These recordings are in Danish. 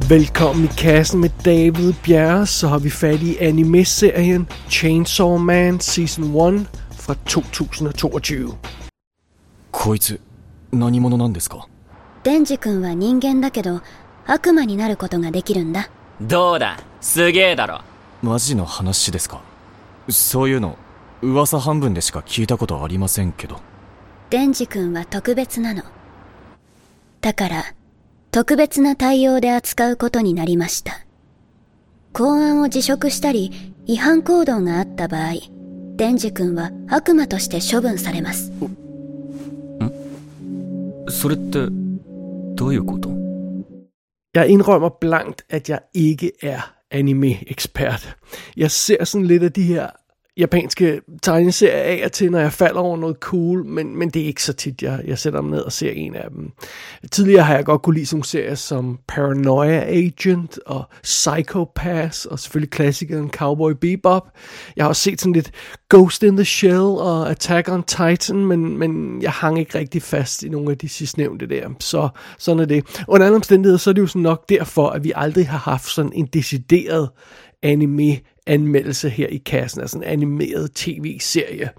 Velkommen i kassen med David Bjerre, så har vi fat i anime-serien Chainsaw Man Season 1 fra 2022. こいつ何者なんですか？ デンジ君は人間だけど悪魔になることができるんだ。 どうだ、すげえだろ。 マジの話ですか？そういうの噂半分でしか聞いたことありませんけど。 デンジ君は特別なの。だから特別な対応で扱うことになりました。公安を辞職したり違反行動があった場合、デンジ君は悪魔として処分されます。 それってどういうこと？ Jeg indrømmer blankt, at jeg ikke er anime-ekspert. Jeg ser sådan lidt af de her japanske tegneserier af og til, når jeg falder over noget cool, men det er ikke så tit, jeg sætter mig ned og ser en af dem. Tidligere har jeg godt kunne lide sådan nogle serier som Paranoia Agent og Psycho-Pass, og selvfølgelig klassikeren Cowboy Bebop. Jeg har også set sådan lidt Ghost in the Shell og Attack on Titan, men jeg hang ikke rigtig fast i nogle af de sidstnævnte der, så sådan er det. Under alle omstændigheder, så er det jo sådan nok derfor, at vi aldrig har haft sådan en decideret anime-anmeldelse her i kassen, altså en animeret tv-serie.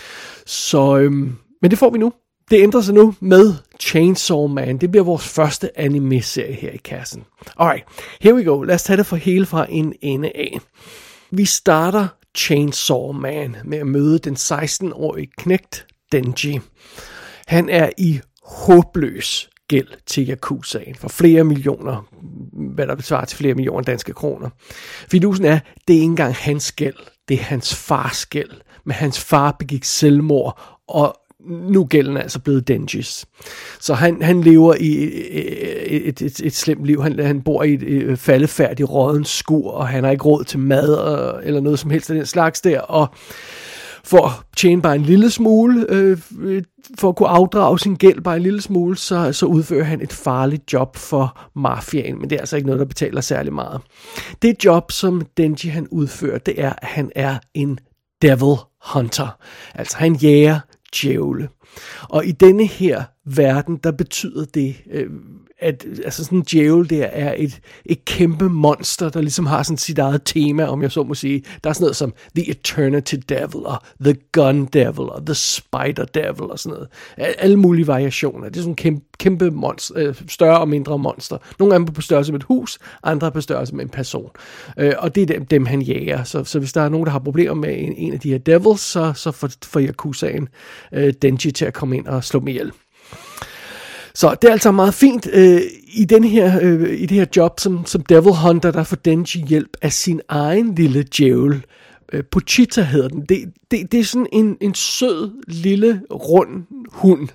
Så, men det får vi nu. Det ændrer sig nu med Chainsaw Man. Det bliver vores første anime-serie her i kassen. Alright, here we go. Lad os tage det for hele fra en ende af. Vi starter Chainsaw Man med at møde den 16-årige knægt Denji. Han er i håbløs gæld til Yakuzaen for flere millioner, hvad der besvarer til flere millioner danske kroner. Fidusen er, det er ikke engang hans gæld, det er hans fars gæld, men hans far begik selvmord, og nu er gælden altså blevet Denjis. Så han lever i et slemt liv. Han bor i et faldefærdigt råddent skur, og han har ikke råd til mad eller noget som helst af den slags der, og for at tjene bare en lille smule, for at kunne afdrage sin gæld bare en lille smule, så udfører han et farligt job for mafiaen, men det er altså ikke noget, der betaler særlig meget. Det job, som Denji han udfører, det er, at han er en devil hunter. Altså han jager djævle. Og i denne her verden, der betyder det, at altså sådan en djævel der er et kæmpe monster, der ligesom har sådan sit eget tema, om jeg så må sige. Der er sådan noget som The Eternity Devil, og The Gun Devil, og The Spider Devil, og sådan noget. Alle mulige variationer. Det er sådan en kæmpe monster, større og mindre monster. Nogle af dem på størrelse med et hus, andre på størrelse med en person. Og det er dem han jager. Så hvis der er nogen, der har problemer med en af de her devils, så får Yakuzaen Denji til at komme ind og slå dem ihjel. Så det er altså meget fint. I det her job som Devil Hunter, der får Denji hjælp af sin egen lille djævel. Pochita hedder den. Det er sådan en sød, lille, rund hund,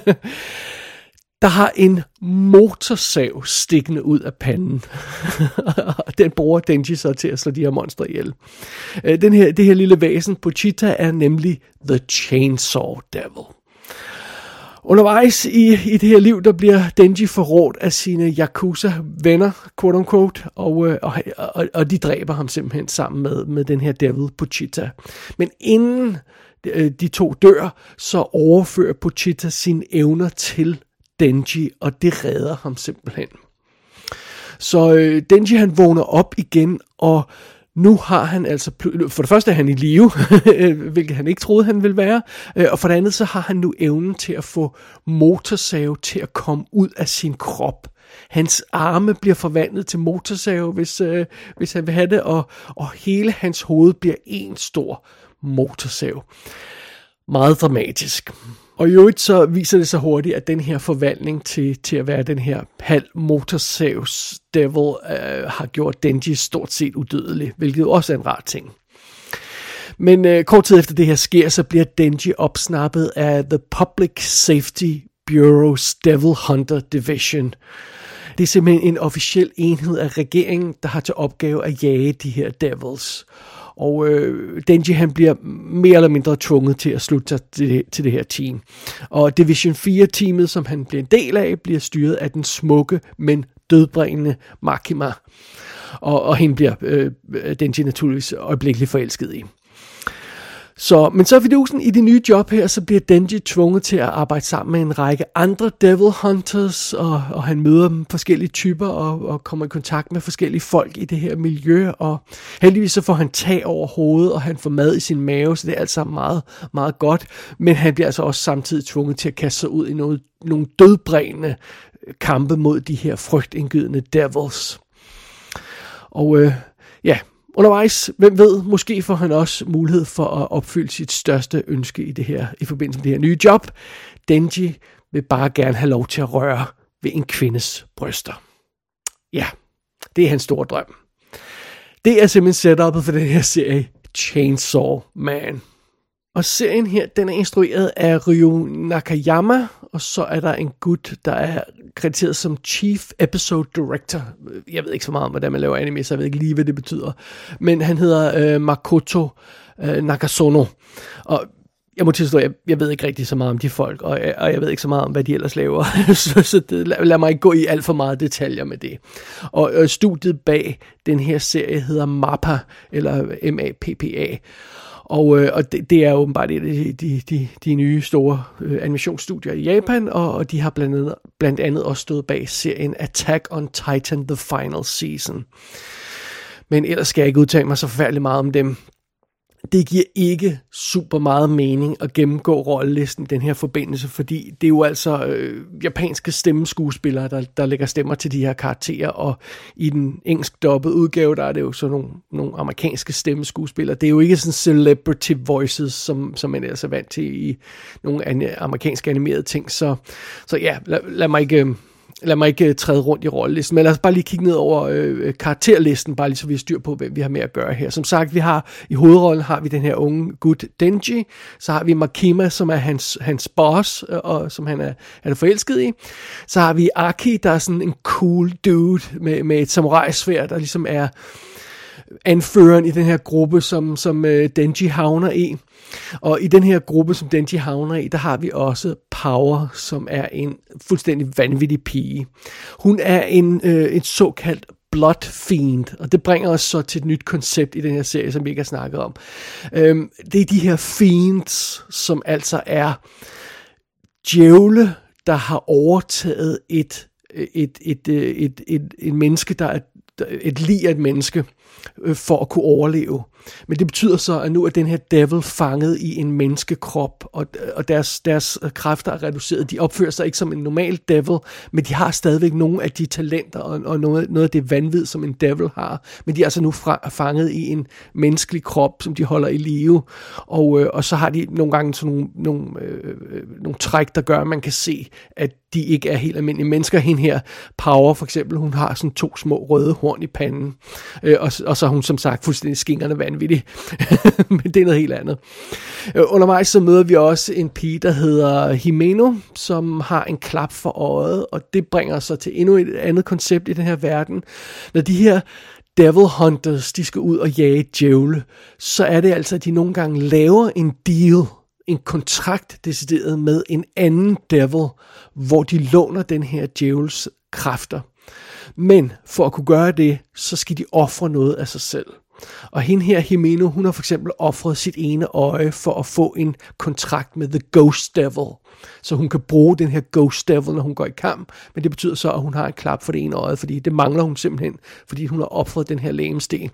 der har en motorsav stikkende ud af panden. Den bruger Denji så til at slå de her monstre ihjel. Det her lille væsen, Pochita, er nemlig The Chainsaw Devil. Undervejs i det her liv, der bliver Denji forrådt af sine Yakuza-venner, quote unquote, og de dræber ham simpelthen sammen med den her devil Pochita. Men inden de to dør, så overfører Pochita sine evner til Denji, og det redder ham simpelthen. Så Denji han vågner op igen, og nu har han altså, for det første er han i live, hvilket han ikke troede, han ville være, og for det andet så har han nu evnen til at få motorsave til at komme ud af sin krop. Hans arme bliver forvandlet til motorsave, hvis han vil have det, og hele hans hoved bliver en stor motorsav. Meget dramatisk. Og i øvrigt så viser det sig hurtigt, at den her forvandling til at være den her halv motorsavs devil har gjort Denji stort set udødelig, hvilket også er en rar ting. Men kort tid efter det her sker, så bliver Denji opsnappet af The Public Safety Bureau's Devil Hunter Division. Det er simpelthen en officiel enhed af regeringen, der har til opgave at jage de her devils. Og Denji han bliver mere eller mindre tvunget til at slutte sig til det her team. Og Division 4-teamet, som han bliver en del af, bliver styret af den smukke, men dødbringende Makima. Og hende bliver Denji naturligvis øjeblikkeligt forelsket i. Men så er fidusen i det nye job her, så bliver Denji tvunget til at arbejde sammen med en række andre Devil Hunters, og han møder dem forskellige typer, og kommer i kontakt med forskellige folk i det her miljø, og heldigvis så får han tag over hovedet, og han får mad i sin mave, så det er alt sammen meget, meget godt, men han bliver altså også samtidig tvunget til at kaste sig ud i nogle dødbringende kampe mod de her frygtindgydende devils. Og undervejs, hvem ved, måske får han også mulighed for at opfylde sit største ønske i forbindelse med det her nye job. Denji vil bare gerne have lov til at røre ved en kvindes bryster. Ja, det er hans store drøm. Det er simpelthen setup'et for den her serie, Chainsaw Man. Og serien her, den er instrueret af Ryo Nakayama, og så er der en gut, der er krediteret som Chief Episode Director. Jeg ved ikke så meget om, hvordan man laver anime, så jeg ved ikke lige, hvad det betyder. Men han hedder Makoto Nakasono. Og jeg må tilstå, jeg ved ikke rigtig så meget om de folk, og jeg ved ikke så meget om, hvad de ellers laver. så lad mig ikke gå i alt for meget detaljer med det. Og studiet bag den her serie hedder MAPPA, eller MAPPA. Og det er åbenbart de nye store animationsstudier i Japan, og de har blandt andet også stået bag serien Attack on Titan The Final Season. Men ellers skal jeg ikke udtale mig så forfærdeligt meget om dem. Det giver ikke super meget mening at gennemgå rollelisten i den her forbindelse, fordi det er jo altså japanske stemmeskuespillere, der lægger stemmer til de her karakterer, og i den engelsk dubbede udgave, der er det jo så nogle amerikanske stemmeskuespillere. Det er jo ikke sådan celebrity voices, som man ellers er vant til i nogle amerikanske animerede ting. Så ja, lad mig ikke træde rundt i rollelisten, men lad os bare lige kigge ned over karakterlisten, bare lige så vi har styr på, hvem vi har med at gøre her. Som sagt, i hovedrollen har vi den her unge gut Denji, så har vi Makima, som er hans boss, og som han er forelsket i. Så har vi Aki, der er sådan en cool dude med et samurai-sværd, der ligesom er anføreren i den her gruppe, som Denji havner i. Og i den her gruppe, som Denji havner i, der har vi også Power, som er en fuldstændig vanvittig pige. Hun er en såkaldt blood fiend, og det bringer os så til et nyt koncept i den her serie, som vi ikke har snakket om. Det er de her fiends, som altså er djævle, der har overtaget et menneske, der er et lig af et menneske, for at kunne overleve. Men det betyder så, at nu er den her devil fanget i en menneskekrop, og deres kræfter er reduceret. De opfører sig ikke som en normal devil, men de har stadigvæk nogle af de talenter og noget af det vanvid, som en devil har. Men de er altså nu fanget i en menneskelig krop, som de holder i live. Og så har de nogle gange sådan nogle træk, der gør, at man kan se, at de ikke er helt almindelige mennesker. Hende her, Power for eksempel, hun har sådan 2 små røde horn i panden, og så er hun som sagt fuldstændig skingerne vanvittig. Men det er noget helt andet. Undervejs så møder vi også en pige, der hedder Himeno, som har en klap for øjet, og det bringer os så til endnu et andet koncept i den her verden. Når de her Devil Hunters, de skal ud og jage djævle, så er det altså, at de nogle gange laver en deal, en kontrakt decideret med en anden devil, hvor de låner den her djævels kræfter. Men for at kunne gøre det, så skal de ofre noget af sig selv. Og hende her, Himeno, hun har for eksempel offret sit ene øje for at få en kontrakt med The Ghost Devil. Så hun kan bruge den her Ghost Devil, når hun går i kamp. Men det betyder så, at hun har en klap for det ene øje, fordi det mangler hun simpelthen, fordi hun har offret den her legemsten.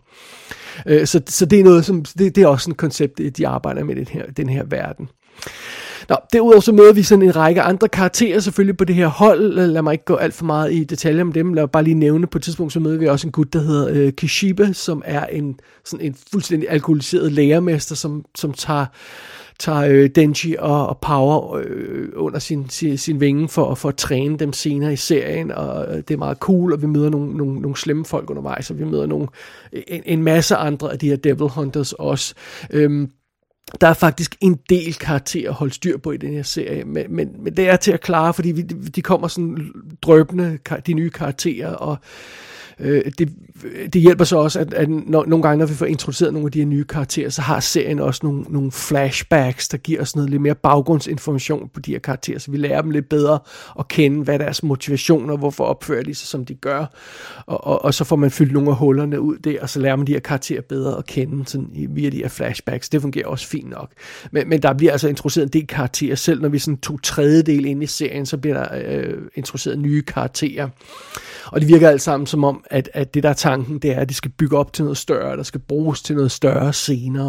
Så det er noget, som det er også et koncept, de arbejder med den her verden. Nå, derudover så møder vi sådan en række andre karakterer selvfølgelig på det her hold. Lad mig ikke gå alt for meget i detaljer om dem. Lad mig bare lige nævne, på et tidspunkt så møder vi også en gut, der hedder Kishibe, som er en fuldstændig alkoholiseret lærermester, som tager Denji og Power under sin vinge for at træne dem senere i serien, og det er meget cool, og vi møder nogle slemme folk undervejs, og vi møder en masse andre af de her Devil Hunters også. Der er faktisk en del karakterer at holde styr på i den her serie, men det er til at klare, fordi de kommer sådan drøbende, de nye karakterer, og Det hjælper så også, at nogle gange, når vi får introduceret nogle af de her nye karakterer, så har serien også nogle flashbacks, der giver os noget lidt mere baggrundsinformation på de her karakterer, så vi lærer dem lidt bedre at kende, hvad deres motivationer, hvorfor opfører de sig, som de gør, og så får man fyldt nogle af hullerne ud der, og så lærer man de her karakterer bedre at kende sådan, via de her flashbacks. Det fungerer også fint nok. Men der bliver altså introduceret en del karakterer, selv når vi sådan 2/3 ind i serien, så bliver der introduceret nye karakterer. Og det virker alt sammen som om, at det der er tanken, det er, at det skal bygge op til noget større, der skal bruges til noget større senere.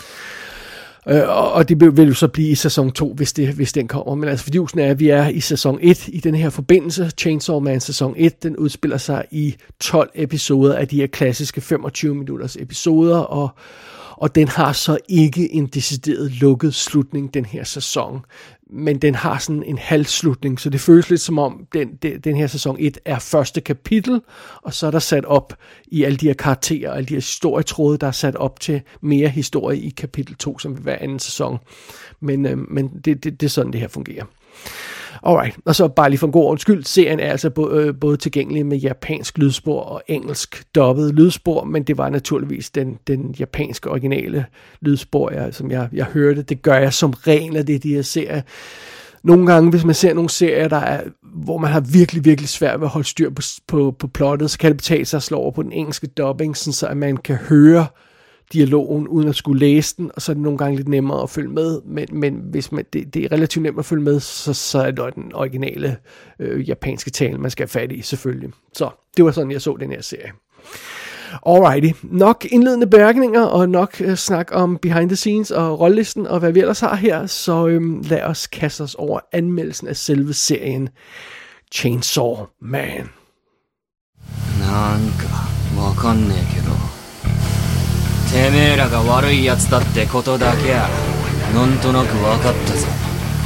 Og det vil jo så blive i sæson 2, hvis den kommer. Men altså fordivelsen er, at vi er i sæson 1 i den her forbindelse. Chainsaw Man sæson 1, den udspiller sig i 12 episoder af de her klassiske 25 minutters episoder, og den har så ikke en decideret lukket slutning, den her sæson. Men den har sådan en halvslutning, så det føles lidt som om, den her sæson 1 er første kapitel, og så er der sat op i alle de her karakterer, alle de her historietråde, der er sat op til mere historie i kapitel 2, som vil være anden sæson. Men det er sådan, det her fungerer. Alright, og så bare lige for en god ordens skyld, serien er altså både tilgængelig med japansk lydspor og engelsk dubbet lydspor, men det var naturligvis den japanske originale lydspor, som jeg hørte. Det gør jeg som regel af de her serier. Nogle gange, hvis man ser nogle serier, hvor man har virkelig, virkelig svært ved at holde styr på plottet, så kan det betale sig at slå over på den engelske dubbing, så at man kan høre dialogen uden at skulle læse den, og så er det nogle gange lidt nemmere at følge med, men hvis det er relativt nemt at følge med, så er det den originale japanske tale, man skal have fat i, selvfølgelig. Så det var sådan, jeg så den her serie. Alrighty, nok indledende bemærkninger, og nok snak om behind the scenes og rollelisten, og hvad vi ellers har her, så lad os kaste os over anmeldelsen af selve serien Chainsaw Man. なんかわかんねえけどてめえらが悪いやつだってことだけはなんとなく分かったぞ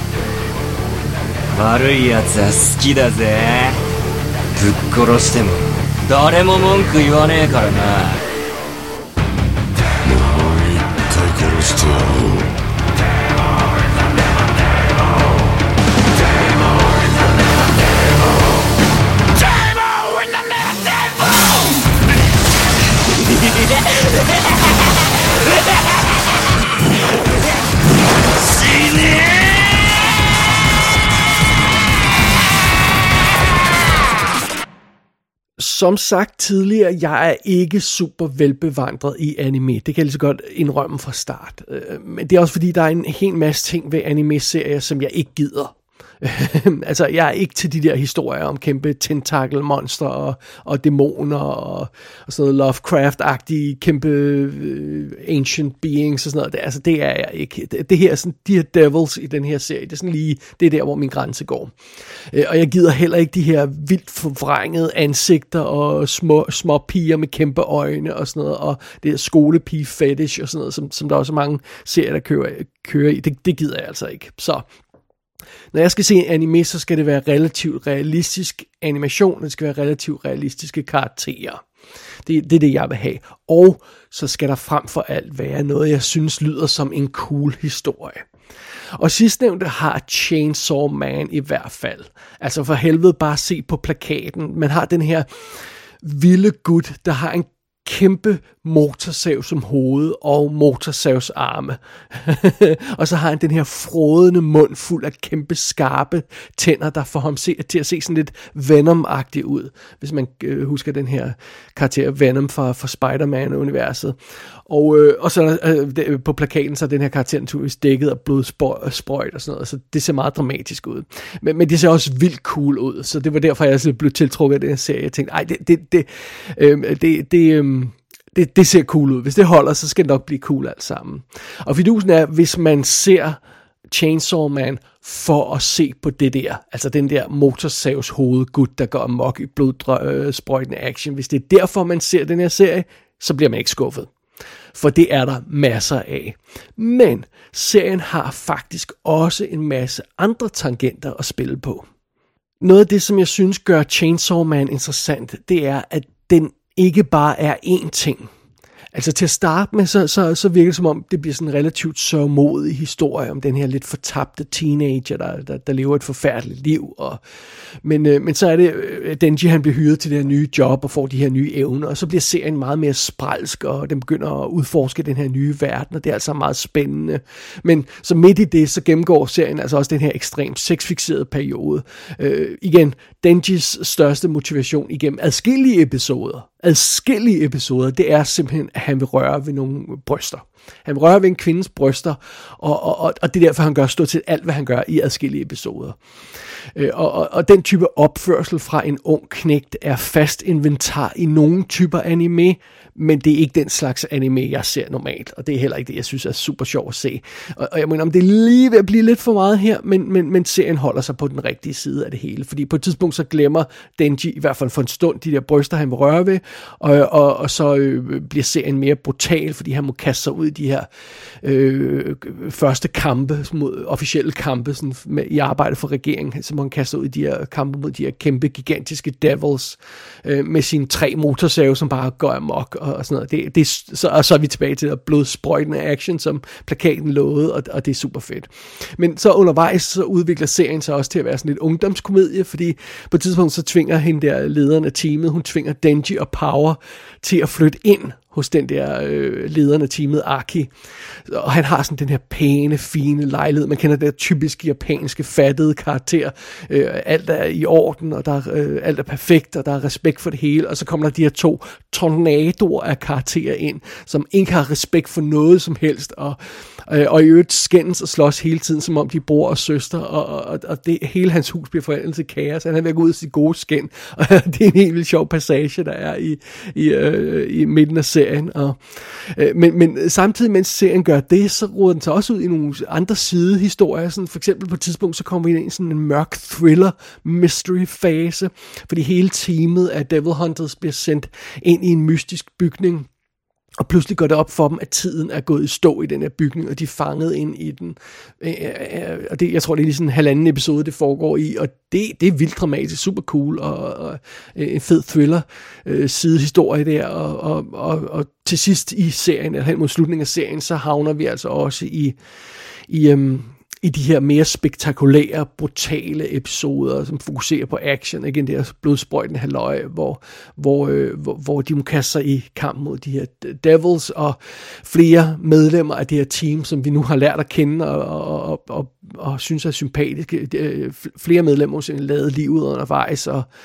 悪いやつは好きだぜぶっ殺しても誰も文句言わねえからなもう一回殺してやろう Som sagt tidligere, jeg er ikke super velbevandret i anime. Det kan jeg lige så godt indrømme fra start. Men det er også fordi, der er en hel masse ting ved anime-serier, som jeg ikke gider. Altså, jeg er ikke til de der historier om kæmpe tentakelmonstre og dæmoner og sådan noget Lovecraft-agtige kæmpe ancient beings og sådan noget. Altså, det er jeg ikke. Det her, sådan, de her devils i den her serie, det er sådan lige, det er der, hvor min grænse går. Og jeg gider heller ikke de her vildt forvrængede ansigter og små piger med kæmpe øjne og sådan noget, og det her skolepige-fetish og sådan noget, som der er så mange serier, der kører i. Det gider jeg altså ikke. Så når jeg skal se en anime, så skal det være relativt realistisk animation, det skal være relativt realistiske karakterer. Det er det, jeg vil have. Og så skal der frem for alt være noget, jeg synes lyder som en cool historie. Og sidstnævnte har Chainsaw Man i hvert fald. Altså for helvede, bare se på plakaten. Man har den her vilde gut, der har en kæmpe motorsav som hoved og motorsavsarme. Og så har han den her frådende mund fuld af kæmpe skarpe tænder, der får ham til at se sådan lidt Venom-agtig ud. Hvis man husker den her karakter Venom fra Spider-Man-universet. Og så på plakaten, så er den her karakter naturligvis dækket af blodsprøjt og sådan noget, så det ser meget dramatisk ud. Men det ser også vildt cool ud, så det var derfor, jeg blev tiltrukket af den her serie. Jeg tænkte, det ser cool ud. Hvis det holder, så skal det nok blive cool alt sammen. Og fidusen er, hvis man ser Chainsaw Man for at se på det der, altså den der motorsavs hovedgut, der går amok i blodsprøjtende action. Hvis det er derfor, man ser den her serie, så bliver man ikke skuffet. For det er der masser af. Men serien har faktisk også en masse andre tangenter at spille på. Noget af det, som jeg synes gør Chainsaw Man interessant, det er, at den ikke bare er én ting. Altså til at starte med, så virker det som om, det bliver sådan en relativt sørgmodig historie om den her lidt fortabte teenager, der lever et forfærdeligt liv. Men så er det, Denji han bliver hyret til det her nye job og får de her nye evner, og så bliver serien meget mere spralsk, og den begynder at udforske den her nye verden, og det er altså meget spændende. Men så midt i det, så gennemgår serien altså også den her ekstremt sexfixerede periode. Igen, Denjis største motivation igennem adskillige episoder, det er simpelthen, at han vil røre ved nogle bryster. Han vil røre ved en kvindes bryster, og det er derfor, han gør stort set alt, hvad han gør i adskillige episoder. Og den type opførsel fra en ung knægt er fast inventar i nogle typer anime, men det er ikke den slags anime, jeg ser normalt, og det er heller ikke det, jeg synes er super sjovt at se. Og jeg mener, om det er lige ved at blive lidt for meget her, men serien holder sig på den rigtige side af det hele, fordi på et tidspunkt så glemmer Denji, i hvert fald for en stund, de der bryster, han vil røre ved, og så bliver serien mere brutal, fordi han må kaste sig ud i de her første kampe, officielle kampe sådan, i arbejde for regeringen, så må han kaste sig ud i de her kampe mod de her kæmpe, gigantiske devils, med sine 3 motorsave, som bare går amok, og sådan noget. Så er vi tilbage til at blodsprøjtende action, som plakaten lovede, og det er super fedt. Men så undervejs, så udvikler serien sig også til at være sådan lidt ungdomskomedie, fordi på et tidspunkt, så tvinger hende der lederen af teamet, hun tvinger Denji og Power til at flytte ind hos den der lederen af teamet, Aki. Og han har sådan den her pæne, fine lejlighed. Man kender det der typiske japanske fattede karakter. Alt er i orden, og alt er perfekt, og der er respekt for det hele. Og så kommer der de her 2 tornadoer af karakterer ind, som ikke har respekt for noget som helst, og i øvrigt skændes og slås hele tiden, som om de er bror og søster, og det, hele hans hus bliver forandret til kaos. Han er ved at gå ud af sit gode skænd, og det er en helt vildt sjov passage, der er i midten af serien. Men samtidig, mens serien gør det, så ruder den sig også ud i nogle andre sidehistorier. Sådan for eksempel på et tidspunkt, så kommer vi ind i sådan en mørk thriller mystery fase, fordi hele teamet af Devil Hunters bliver sendt ind i en mystisk bygning, og pludselig går det op for dem, at tiden er gået i stå i den her bygning, og de er fanget ind i den. Og det, jeg tror, det er lige sådan en 1,5 episode, det foregår i, og det er vildt dramatisk, super cool, og en fed thriller sidehistorie der, og til sidst i serien, eller hen mod slutningen af serien, så havner vi altså også i de her mere spektakulære, brutale episoder, som fokuserer på action, igen det her blodsprøjtende halløj, hvor de må kaste sig i kamp mod de her devils, og flere medlemmer af det her team, som vi nu har lært at kende, og synes er sympatiske. Flere medlemmer har lavet livet undervejs,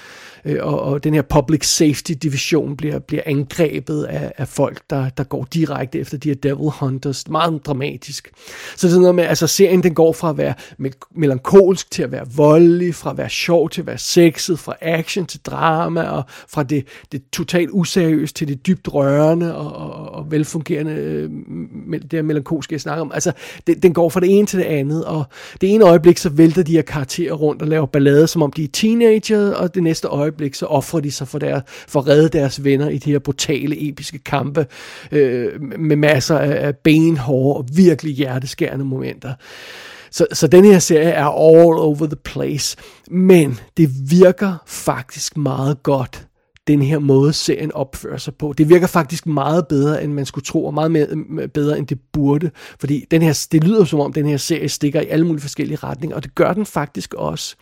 og den her public safety division bliver angrebet af folk, der går direkte efter de her devil hunters. Meget dramatisk. Så det er sådan noget med, altså serien den går fra at være melankolsk til at være voldelig, fra at være sjov til at være sexet, fra action til drama, og fra det totalt useriøst til det dybt rørende og velfungerende, det her melankolske, jeg snakker om. Altså, den går fra det ene til det andet, og det ene øjeblik, så vælter de her karakterer rundt og laver ballade, som om de er teenager, og det næste øjeblik, så offrer de sig for at redde deres venner i de her brutale, episke kampe, med masser af benhårde og virkelig hjerteskærende momenter. Så den her serie er all over the place, men det virker faktisk meget godt, den her måde serien opfører sig på. Det virker faktisk meget bedre, end man skulle tro, og meget mere, bedre, end det burde, fordi det lyder som om, den her serie stikker i alle mulige forskellige retninger, og det gør den faktisk også.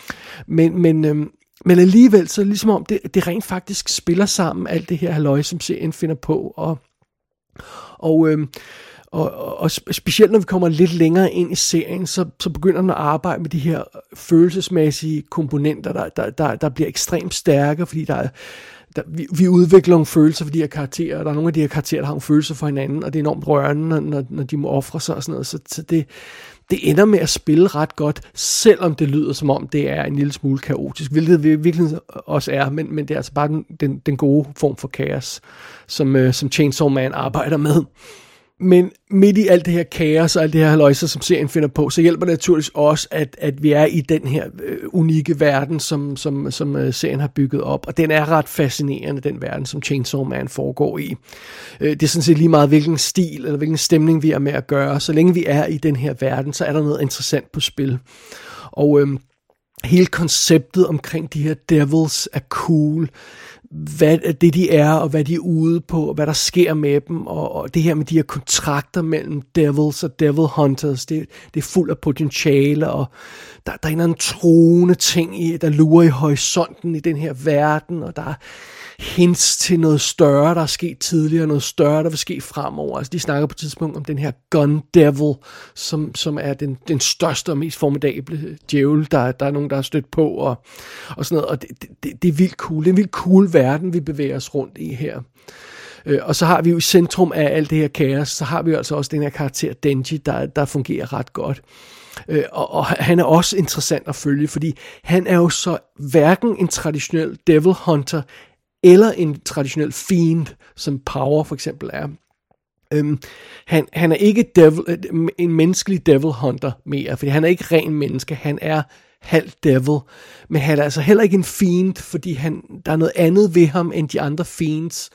Men alligevel, så ligesom om det rent faktisk spiller sammen, alt det her halløj, som serien finder på, og specielt når vi kommer lidt længere ind i serien, så begynder man at arbejde med de her følelsesmæssige komponenter, der bliver ekstremt stærke, fordi vi udvikler nogle følelser for de her karakterer, og der er nogle af de her karakterer, der har nogle følelser for hinanden, og det er enormt rørende, når de må ofre sig og sådan noget, så det ender med at spille ret godt, selvom det lyder som om, det er en lille smule kaotisk, hvilket det virkelig også er, men det er altså bare den gode form for kaos, som Chainsaw Man arbejder med. Men midt i alt det her kaos og alt det her halløjser, som serien finder på, så hjælper det naturligvis også, at vi er i den her unikke verden, som serien har bygget op. Og den er ret fascinerende, den verden, som Chainsaw Man foregår i. Det er sådan set lige meget, hvilken stil eller hvilken stemning vi er med at gøre. Så længe vi er i den her verden, så er der noget interessant på spil. Og hele konceptet omkring de her devils er cool. hvad det de er, og hvad de er ude på, og hvad der sker med dem, og det her med de her kontrakter mellem devils og devil hunters, det er fuld af potentiale, og der er en eller anden truende ting, der lurer i horisonten i den her verden, og der er hints til noget større, der er sket tidligere, noget større, der vil ske fremover. Altså, de snakker på et tidspunkt om den her Gun Devil, som er den største og mest formidable djævel, der er nogen, der har stødt på, og sådan noget. Og det er vildt cool. Det er en vildt cool verden, vi bevæger os rundt i her. Og så har vi jo i centrum af alt det her kaos, så har vi jo altså også den her karakter Denji, der fungerer ret godt. Og han er også interessant at følge, fordi han er jo så hverken en traditionel devil hunter, eller en traditionel fiend, som Power for eksempel er. Han er ikke en menneskelig devil hunter mere, fordi han er ikke ren menneske, han er halv devil, men han er altså heller ikke en fiend, fordi der er noget andet ved ham end de andre fiends.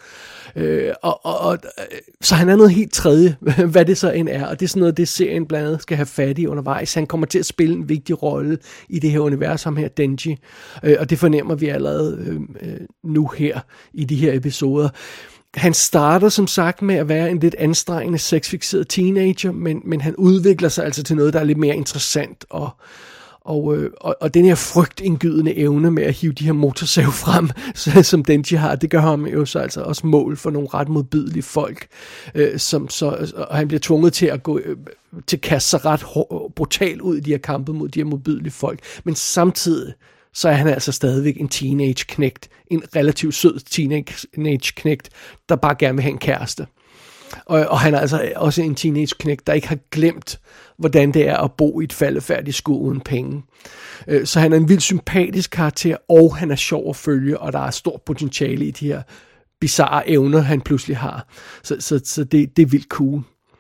Så han er noget helt tredje, hvad det så end er, og det er sådan noget, det serien blandt andet skal have fat i undervejs. Han kommer til at spille en vigtig rolle i det her univers, ham her Denji, og det fornemmer vi allerede nu her i de her episoder. Han starter som sagt med at være en lidt anstrengende sexfixeret teenager, men han udvikler sig altså til noget, der er lidt mere interessant, og den her frygtindgydende evne med at hive de her motorsav frem, som Denji har, det gør ham jo så altså også mål for nogle ret modbydelige folk, og han bliver tvunget til at gå til at kaste sig ret brutalt ud i de her kampe mod de her modbydelige folk, men samtidig så er han altså stadigvæk en teenage-knægt, en relativt sød teenage-knægt, der bare gerne vil have en kæreste. Og han er altså også en teenage-knægt, der ikke har glemt, hvordan det er at bo i et faldefærdigt skud uden penge. Så han er en vildt sympatisk karakter, og han er sjov at følge, og der er stort potentiale i de her bizarre evner, han pludselig har. Så det er vildt cool.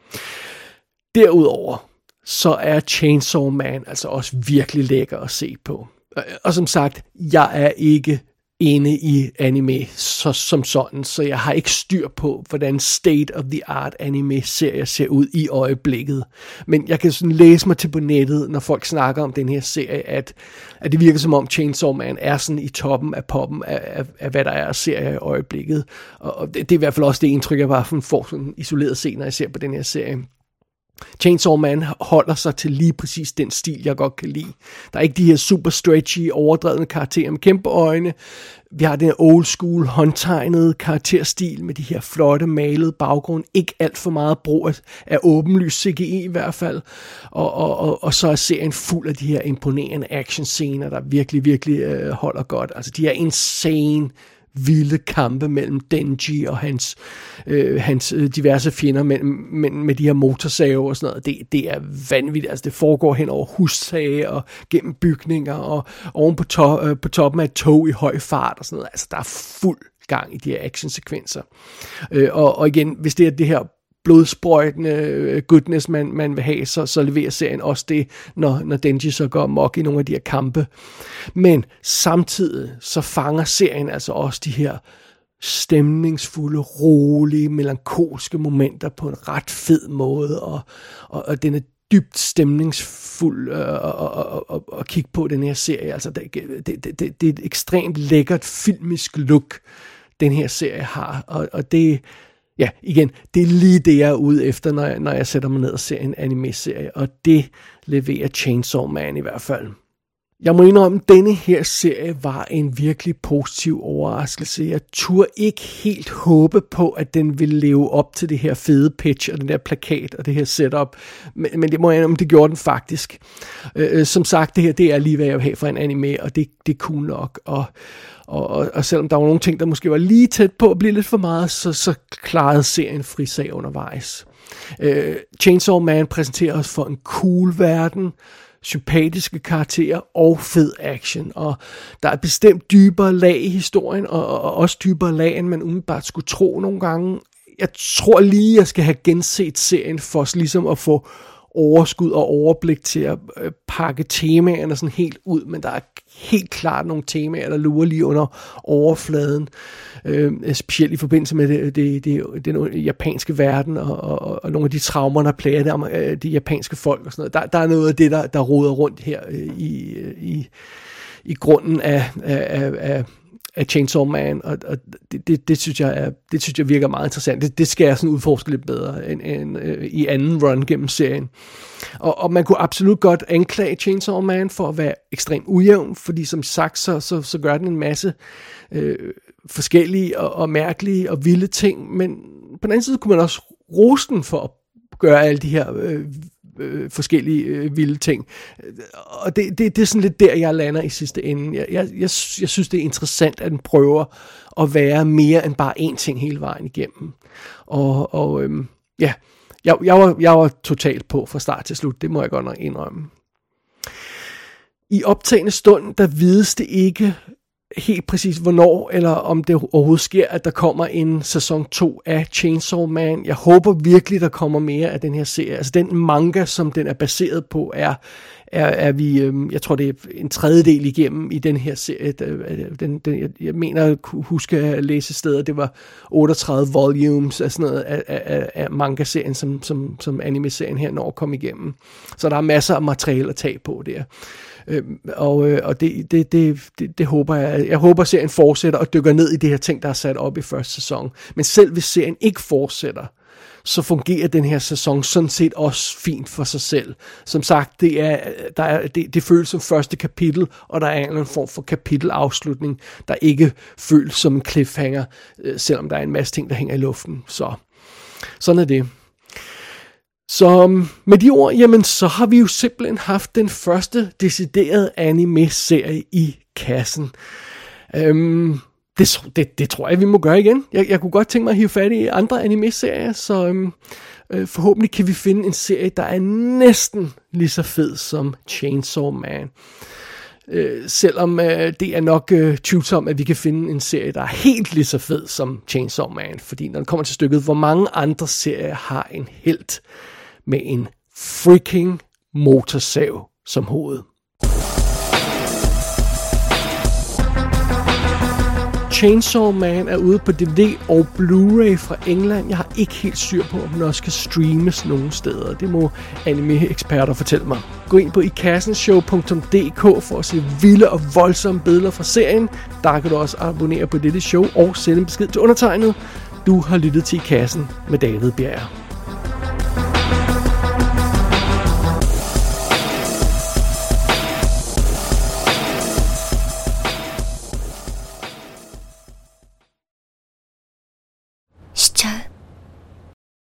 Derudover, så er Chainsaw Man altså også virkelig lækker at se på. Og som sagt, jeg er ikke inde i anime som sådan, så jeg har ikke styr på, hvordan state of the art anime-serier ser ud i øjeblikket. Men jeg kan sådan læse mig til på nettet, når folk snakker om den her serie, at det virker som om Chainsaw Man er sådan i toppen af poppen af hvad der er serier i øjeblikket. Og det er i hvert fald også det indtryk, jeg bare får sådan isoleret set, når jeg ser på den her serie. Chainsaw Man holder sig til lige præcis den stil, jeg godt kan lide. Der er ikke de her super stretchy, overdrevne karakterer med kæmpe øjne. Vi har den her old school, håndtegnede karakterstil med de her flotte, malede baggrund. Ikke alt for meget brug af åbenlys CGI i hvert fald. Og så er serien fuld af de her imponerende actionscener, der virkelig, virkelig holder godt. Altså de her insane vilde kampe mellem Denji og hans diverse fjender med de her motorsave og sådan noget. Det er vanvittigt. Altså det foregår hen over hustage og gennem bygninger og oven på toppen af et tog i høj fart og sådan noget. Altså der er fuld gang i de her actionsekvenser. Og igen, hvis det er det her blodsprøjtende goodness, man vil have, så leverer serien også det, når Denji så går amok i nogle af de her kampe. Men samtidig så fanger serien altså også de her stemningsfulde, rolige, melankolske momenter på en ret fed måde, og den er dybt stemningsfuld at kigge på den her serie. Altså det er et ekstremt lækkert filmisk look, den her serie har, og det ja, igen, det er lige det, jeg er ude efter, når jeg sætter mig ned og ser en anime-serie, og det leverer Chainsaw Man i hvert fald. Jeg må indrømme, at denne her serie var en virkelig positiv overraskelse. Jeg turde ikke helt håbe på, at den ville leve op til det her fede pitch, og den der plakat, og det her setup, men det må jeg indrømme, det gjorde den faktisk. Som sagt, det her, det er lige, hvad jeg vil have for en anime, og det er cool nok, og selvom der var nogle ting, der måske var lige tæt på at blive lidt for meget, så klarede serien frisag undervejs. Chainsaw Man præsenterer os for en cool verden, sympatiske karakterer og fed action, og der er bestemt dybere lag i historien, og også dybere lag, end man umiddelbart skulle tro nogle gange. Jeg tror lige, jeg skal have genset serien for ligesom at få overskud og overblik til at pakke temaerne sådan helt ud, men der er helt klart nogle temaer, der lurer lige under overfladen, specielt i forbindelse med den japanske verden og nogle af de traumer, der plager de japanske folk og sådan noget. Der er noget af det, der roder rundt her i grunden af Chainsaw Man, og det synes jeg virker meget interessant. Det skal jeg sådan udforske lidt bedre end i anden run gennem serien. Og man kunne absolut godt anklage Chainsaw Man for at være ekstremt ujævn, fordi som sagt, så gør den en masse forskellige og mærkelige og vilde ting, men på den anden side kunne man også rose den for at gøre alle de her forskellige vilde ting. Og det er sådan lidt der, jeg lander i sidste ende. Jeg synes, det er interessant, at den prøver at være mere end bare én ting hele vejen igennem. Jeg var totalt på fra start til slut, det må jeg godt nok indrømme. I optagende stund, der vides det ikke helt præcis hvornår, eller om det overhovedet sker, at der kommer en sæson 2 af Chainsaw Man. Jeg håber virkelig, der kommer mere af den her serie. Altså den manga, som den er baseret på, er vi, jeg tror det er en tredjedel igennem i den her serie. Jeg mener at huske at læse steder, det var 38 volumes af sådan noget af manga-serien, som anime-serien her når at komme igennem. Så der er masser af materiale at tage på der. Og det håber jeg. Jeg håber, serien fortsætter og dykker ned i det her ting, der er sat op i første sæson. Men selv hvis serien ikke fortsætter, så fungerer den her sæson sådan set også fint for sig selv. Som sagt, det føles som første kapitel, og der er en form for kapitelafslutning, der ikke føles som en cliffhanger, selvom der er en masse ting, der hænger i luften. Så sådan er det. Så med de ord, jamen så har vi jo simpelthen haft den første deciderede anime-serie i kassen. Det tror jeg, vi må gøre igen. Jeg kunne godt tænke mig at hive fat i andre anime-serier, så forhåbentlig kan vi finde en serie, der er næsten lige så fed som Chainsaw Man. Selvom det er nok tvivlsomt, at vi kan finde en serie, der er helt lige så fed som Chainsaw Man. Fordi når det kommer til stykket, hvor mange andre serier har en helt med en freaking motorsav som hoved? Chainsaw Man er ude på DVD og Blu-ray fra England. Jeg har ikke helt styr på, om den også kan streames nogle steder. Det må anime-eksperter fortælle mig. Gå ind på ikassenshow.dk for at se vilde og voldsomme billeder fra serien. Der kan du også abonnere på dette show og sende en besked til undertegnet. Du har lyttet til I Kassen med David Bjerg.